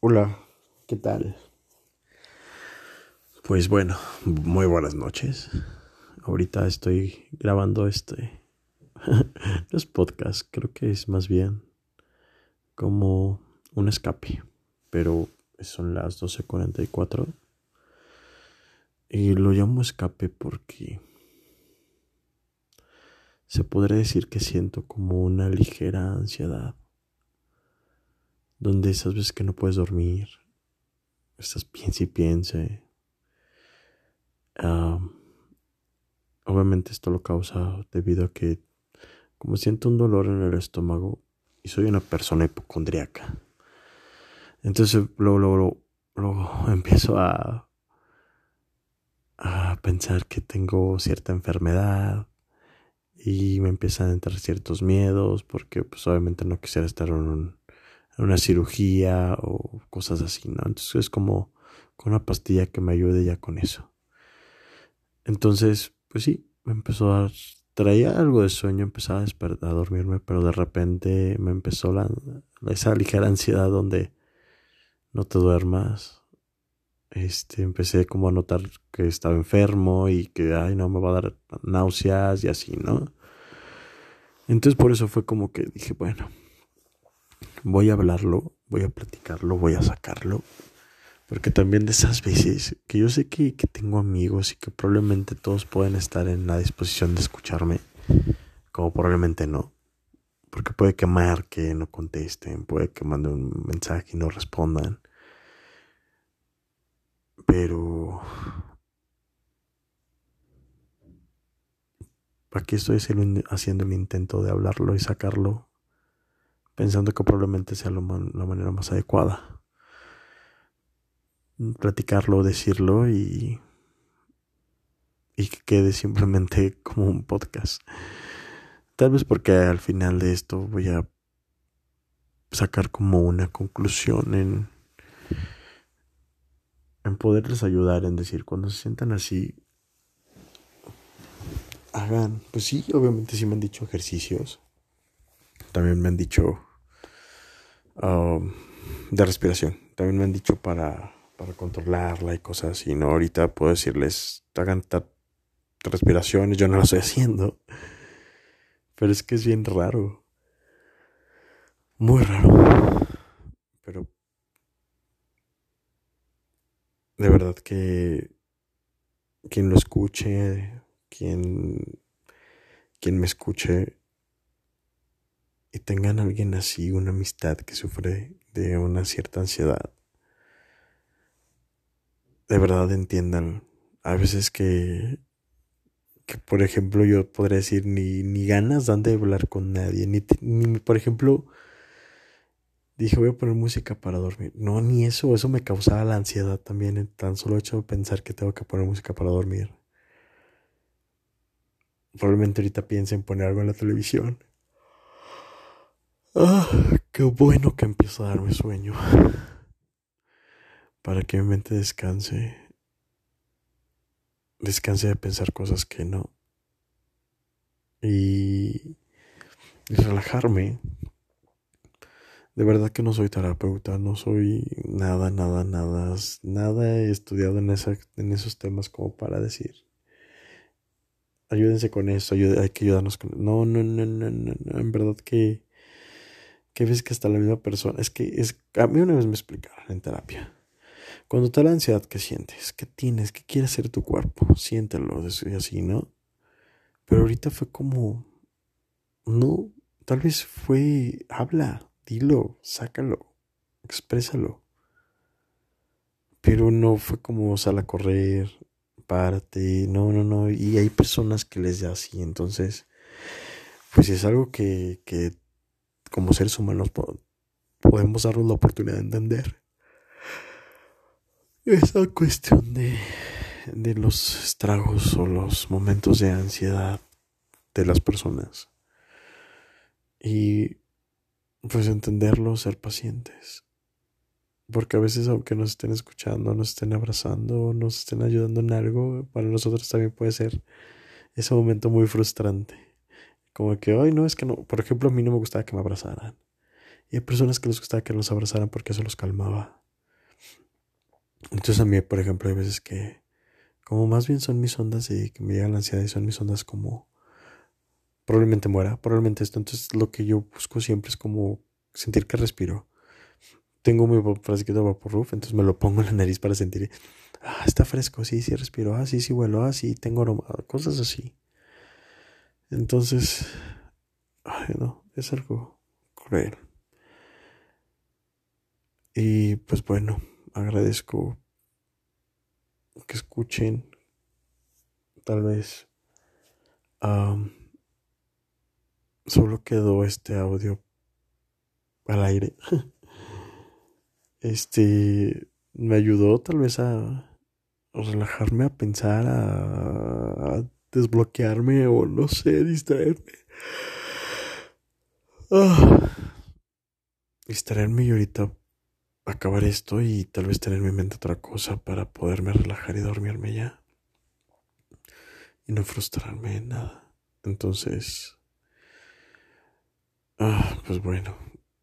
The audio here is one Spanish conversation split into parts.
Hola, ¿qué tal? Pues bueno, muy buenas noches. Ahorita estoy grabando no es podcast, creo que es más bien como un escape, pero son las 12:44 y lo llamo escape porque se podría decir que siento como una ligera ansiedad, donde esas veces que no puedes dormir, estás piense y piense. Ah, Obviamente esto lo causa debido a que como siento un dolor en el estómago y soy una persona hipocondríaca. Entonces luego empiezo a pensar que tengo cierta enfermedad y me empiezan a entrar ciertos miedos porque pues obviamente no quisiera estar en una cirugía o cosas así, ¿no? Entonces es como con una pastilla que me ayude ya con eso. Entonces, pues sí, me empezó a dar, traía algo de sueño, empezaba a despertar, a dormirme, pero de repente me empezó esa ligera ansiedad donde no te duermas. Empecé como a notar que estaba enfermo y que, ay, no, me va a dar náuseas y así, ¿no? Entonces por eso fue como que dije, bueno, voy a hablarlo, voy a platicarlo, voy a sacarlo. Porque también de esas veces que yo sé que tengo amigos y que probablemente todos pueden estar en la disposición de escucharme, como probablemente no. Porque puede que marquen, no contesten, puede que manden un mensaje y no respondan. Pero aquí estoy haciendo el intento de hablarlo y sacarlo, pensando que probablemente sea la manera más adecuada. Platicarlo, decirlo y que quede simplemente como un podcast. Tal vez porque al final de esto voy a sacar como una conclusión en poderles ayudar, en decir, cuando se sientan así, hagan, pues sí, obviamente sí me han dicho ejercicios, también me han dicho um, de respiración, también me han dicho para controlarla y cosas así, ¿no? Ahorita puedo decirles, hagan respiraciones, yo no lo estoy haciendo, pero es que es bien raro, muy raro, pero de verdad que quien lo escuche, quien me escuche y tengan a alguien así, una amistad que sufre de una cierta ansiedad, de verdad entiendan. A veces que por ejemplo, yo podría decir, ni ganas dan de hablar con nadie, ni, por ejemplo, dije, voy a poner música para dormir. No, ni eso me causaba la ansiedad también, el tan solo hecho de pensar que tengo que poner música para dormir. Probablemente ahorita piense en poner algo en la televisión. Ah, qué bueno que empiezo a darme sueño, para que mi mente descanse de pensar cosas que no. Y relajarme. De verdad que no soy terapeuta, no soy nada he estudiado en esos temas como para decir, ayúdense con eso, hay que ayudarnos con. No, en verdad que ves que hasta la misma persona, a mí una vez me explicaron en terapia, cuando te da la ansiedad que sientes, que tienes, que quiere hacer tu cuerpo, siéntelo, y así, ¿no? Pero ahorita fue como, no, tal vez fue, habla, dilo, sácalo, exprésalo. Pero no fue como sal a correr, párate, no. Y hay personas que les da así. Entonces, pues es algo que como seres humanos podemos darnos la oportunidad de entender. Esa cuestión de los estragos o los momentos de ansiedad de las personas. Y pues entenderlo, ser pacientes. Porque a veces aunque nos estén escuchando, nos estén abrazando, nos estén ayudando en algo, para nosotros también puede ser ese momento muy frustrante. Como que, ay, no, es que no. Por ejemplo, a mí no me gustaba que me abrazaran. Y hay personas que les gustaba que los abrazaran porque eso los calmaba. Entonces a mí, por ejemplo, hay veces que, como más bien son mis ondas y que me llega la ansiedad y son mis ondas como, probablemente muera, probablemente esto. Entonces lo que yo busco siempre es como sentir que respiro. Tengo mi frasquito de Vaporruf, entonces me lo pongo en la nariz para sentir, está fresco, sí, sí respiro, sí, sí huelo, sí, tengo aroma, cosas así. Entonces, no, es algo cruel. Y pues bueno, agradezco que escuchen, tal vez am, solo quedó este audio al aire. Me ayudó tal vez a relajarme, a pensar, a desbloquearme o no sé, distraerme. Ah, distraerme y ahorita acabar esto y tal vez tener en mi mente otra cosa para poderme relajar y dormirme ya y no frustrarme en nada. Entonces, pues bueno,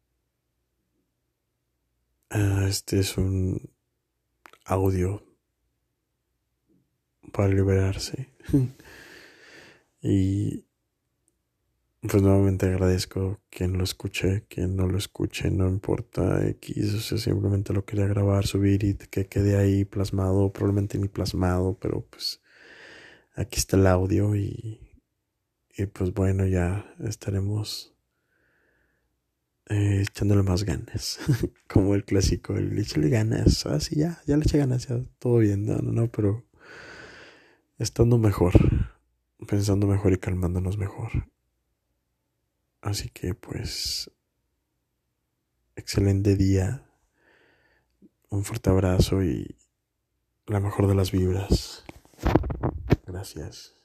este es un audio para liberarse. Y pues nuevamente agradezco quien lo escuche, quien no lo escuche, no importa X, o sea, simplemente lo quería grabar, subir y que quede ahí plasmado, probablemente ni plasmado, pero pues aquí está el audio y pues bueno, ya estaremos echándole más ganas, como el clásico, el échale ganas, sí, ya le eché ganas, ya todo bien, no, pero estando mejor, pensando mejor y calmándonos mejor. Así que pues, excelente día, un fuerte abrazo y la mejor de las vibras. Gracias.